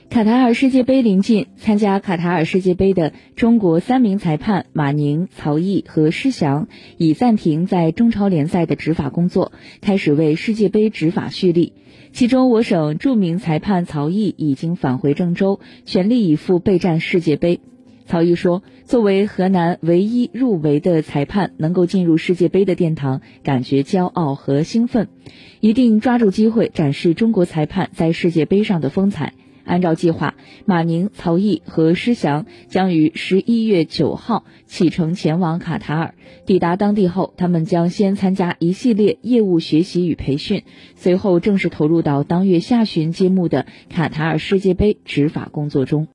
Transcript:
卡塔尔世界杯临近，参加卡塔尔世界杯的中国3名裁判马宁、曹毅和施翔已暂停在中超联赛的执法工作，开始为世界杯执法蓄力。其中，我省著名裁判曹毅已经返回郑州，全力以赴备战世界杯。曹毅说，作为河南唯一入围的裁判，能够进入世界杯的殿堂，感觉骄傲和兴奋，一定抓住机会展示中国裁判在世界杯上的风采。按照计划，马宁、曹毅和施翔将于11月9号启程前往卡塔尔。抵达当地后，他们将先参加一系列业务学习与培训，随后正式投入到当月下旬揭幕的卡塔尔世界杯执法工作中。